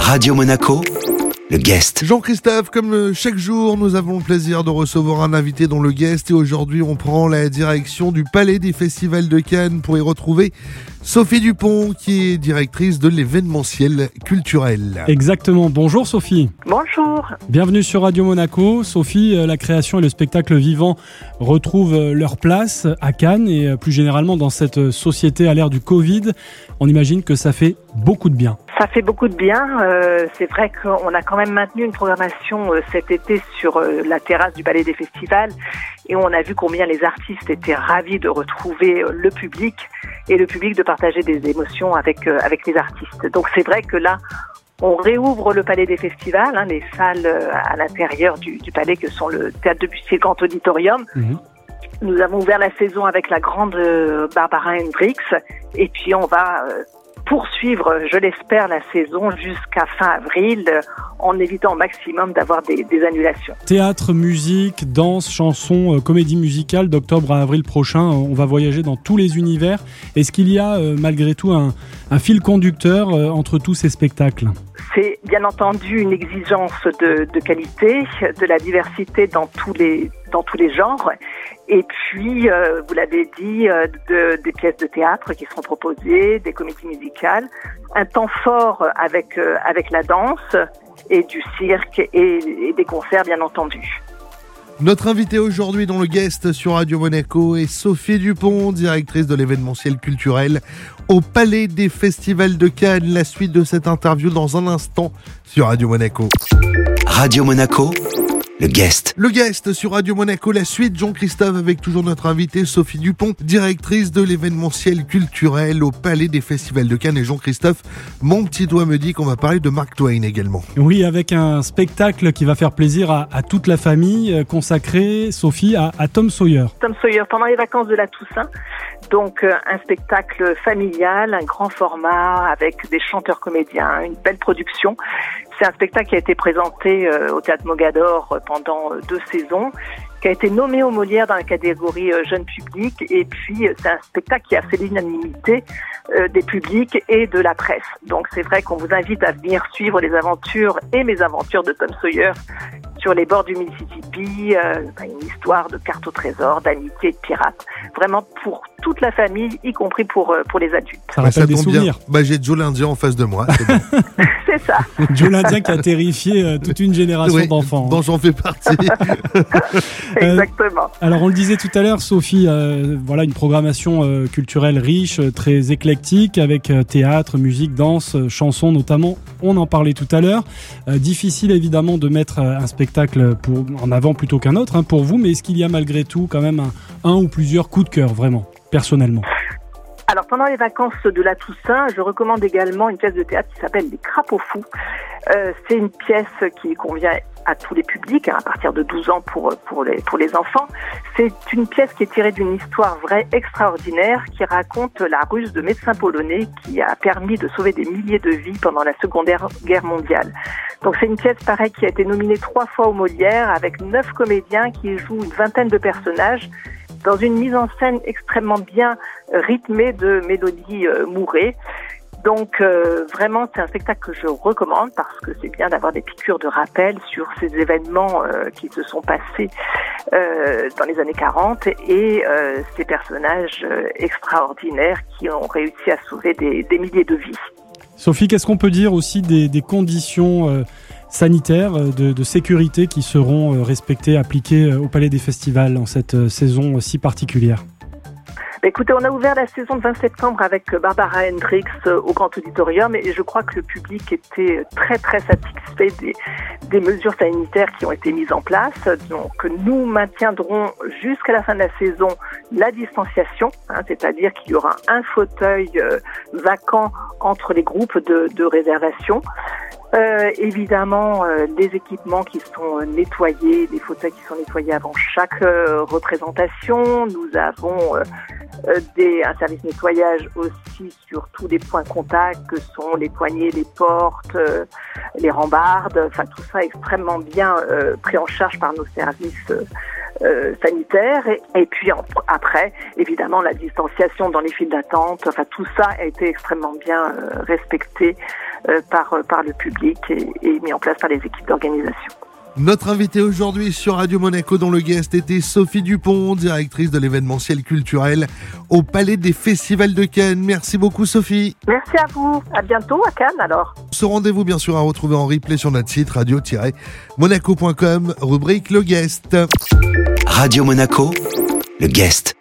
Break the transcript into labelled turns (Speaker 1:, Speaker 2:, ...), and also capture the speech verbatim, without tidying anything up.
Speaker 1: Radio Monaco, le guest.
Speaker 2: Jean-Christophe, comme chaque jour, nous avons le plaisir de recevoir un invité dans le guest et aujourd'hui on prend la direction du Palais des Festivals de Cannes pour y retrouver Sophie Dupont qui est directrice de l'événementiel culturel.
Speaker 3: Exactement, bonjour Sophie.
Speaker 4: Bonjour.
Speaker 3: Bienvenue sur Radio Monaco. Sophie, la création et le spectacle vivant retrouvent leur place à Cannes et plus généralement dans cette société à l'ère du Covid. On imagine que ça fait beaucoup de bien.
Speaker 4: Ça fait beaucoup de bien. Euh, c'est vrai qu'on a quand même maintenu une programmation euh, cet été sur euh, la terrasse du Palais des Festivals et on a vu combien les artistes étaient ravis de retrouver euh, le public et le public de partager des émotions avec euh, avec les artistes. Donc c'est vrai que là, on réouvre le Palais des Festivals, hein, les salles euh, à l'intérieur du, du palais que sont le Théâtre de Bussy et le Grand Auditorium. Mmh. Nous avons ouvert la saison avec la grande euh, Barbara Hendricks et puis on va euh, poursuivre, je l'espère, la saison jusqu'à fin avril, en évitant au maximum d'avoir des, des annulations.
Speaker 3: Théâtre, musique, danse, chansons, euh, comédie musicale, d'octobre à avril prochain, on va voyager dans tous les univers. Est-ce qu'il y a euh, malgré tout un, un fil conducteur euh, entre tous ces spectacles ?
Speaker 4: C'est bien entendu une exigence de, de qualité, de la diversité dans tous les, dans tous les genres. Et puis, euh, vous l'avez dit, euh, de, des pièces de théâtre qui seront proposées, des comédies musicales, un temps fort avec euh, avec la danse et du cirque et, et des concerts, bien entendu.
Speaker 2: Notre invitée aujourd'hui dans le guest sur Radio Monaco est Sophie Dupont, directrice de l'événementiel culturel au Palais des Festivals de Cannes. La suite de cette interview dans un instant sur Radio Monaco.
Speaker 1: Radio Monaco, le guest.
Speaker 2: Le guest sur Radio Monaco, la suite, Jean-Christophe, avec toujours notre invitée Sophie Dupont, directrice de l'événementiel culturel au Palais des Festivals de Cannes. Et Jean-Christophe, mon petit doigt me dit qu'on va parler de Mark Twain également.
Speaker 3: Oui, avec un spectacle qui va faire plaisir à, à toute la famille, euh, consacré, Sophie, à, à Tom Sawyer.
Speaker 4: Tom Sawyer, pendant les vacances de la Toussaint. Donc euh, un spectacle familial, un grand format avec des chanteurs comédiens, une belle production. C'est un spectacle qui a été présenté euh, au Théâtre Mogador euh, pendant euh, deux saisons, qui a été nommé aux Molières dans la catégorie euh, jeune public. Et puis euh, c'est un spectacle qui a fait l'unanimité euh, des publics et de la presse. Donc c'est vrai qu'on vous invite à venir suivre les aventures et mes aventures de Tom Sawyer sur les bords du Mississippi, euh, une histoire de carte au trésor, d'amitié et de pirates. Vraiment pour toute la famille, y compris pour, euh, pour les adultes.
Speaker 3: Ça rappelle des souvenirs.
Speaker 2: Bah, j'ai Joe l'Indien en face de moi. C'est, bon.
Speaker 4: C'est ça.
Speaker 3: Joe l'Indien qui a terrifié euh, toute une génération
Speaker 2: oui,
Speaker 3: d'enfants.
Speaker 2: Dont j'en fais partie.
Speaker 4: Exactement.
Speaker 3: Euh, alors on le disait tout à l'heure, Sophie, euh, voilà une programmation euh, culturelle riche, très éclectique, avec euh, théâtre, musique, danse, euh, chansons notamment. On en parlait tout à l'heure. Euh, difficile évidemment de mettre euh, un spectacle pour, en avant plutôt qu'un autre hein, pour vous, mais est-ce qu'il y a malgré tout quand même un, un ou plusieurs coups de cœur, vraiment, personnellement ?
Speaker 4: Alors, pendant les vacances de la Toussaint, je recommande également une pièce de théâtre qui s'appelle Les Crapauds Fous. Euh, c'est une pièce qui convient à tous les publics, hein, à partir de douze ans pour, pour, les, pour les enfants. C'est une pièce qui est tirée d'une histoire vraie extraordinaire qui raconte la ruse de médecins polonais qui a permis de sauver des milliers de vies pendant la Seconde Guerre mondiale. Donc c'est une pièce pareille qui a été nominée trois fois aux Molières avec neuf comédiens qui jouent une vingtaine de personnages dans une mise en scène extrêmement bien rythmée de Mélodie euh, Mouret. Donc euh, vraiment c'est un spectacle que je recommande parce que c'est bien d'avoir des piqûres de rappel sur ces événements euh, qui se sont passés euh, dans les années quarante et euh, ces personnages euh, extraordinaires qui ont réussi à sauver des, des milliers de vies.
Speaker 3: Sophie, qu'est-ce qu'on peut dire aussi des, des conditions euh, sanitaires, de, de sécurité qui seront euh, respectées, appliquées euh, au Palais des Festivals en cette euh, saison si particulière ?
Speaker 4: Écoutez, on a ouvert la saison le vingt septembre avec Barbara Hendricks au Grand Auditorium et je crois que le public était très très satisfait des, des mesures sanitaires qui ont été mises en place. Donc nous maintiendrons jusqu'à la fin de la saison la distanciation, hein, c'est-à-dire qu'il y aura un fauteuil euh, vacant entre les groupes de, de réservation. Euh, évidemment, euh, les équipements qui sont nettoyés, les fauteuils qui sont nettoyés avant chaque euh, représentation. Nous avons euh, euh, des, un service nettoyage aussi sur tous les points contact que sont les poignées, les portes, euh, les rambardes. Enfin, tout ça extrêmement bien euh, pris en charge par nos services euh, euh, sanitaires. Et, et puis en, après, évidemment, la distanciation dans les files d'attente. Enfin, tout ça a été extrêmement bien euh, respecté euh, par, par le public et, et mis en place par les équipes d'organisation.
Speaker 2: Notre invitée aujourd'hui sur Radio Monaco dans le guest était Sophie Dupont, directrice de l'événementiel culturel au Palais des Festivals de Cannes. Merci beaucoup Sophie.
Speaker 4: Merci à vous. À bientôt à Cannes alors.
Speaker 2: Ce rendez-vous bien sûr à retrouver en replay sur notre site radio tiret monaco point com, rubrique Le Guest.
Speaker 1: Radio Monaco, le guest.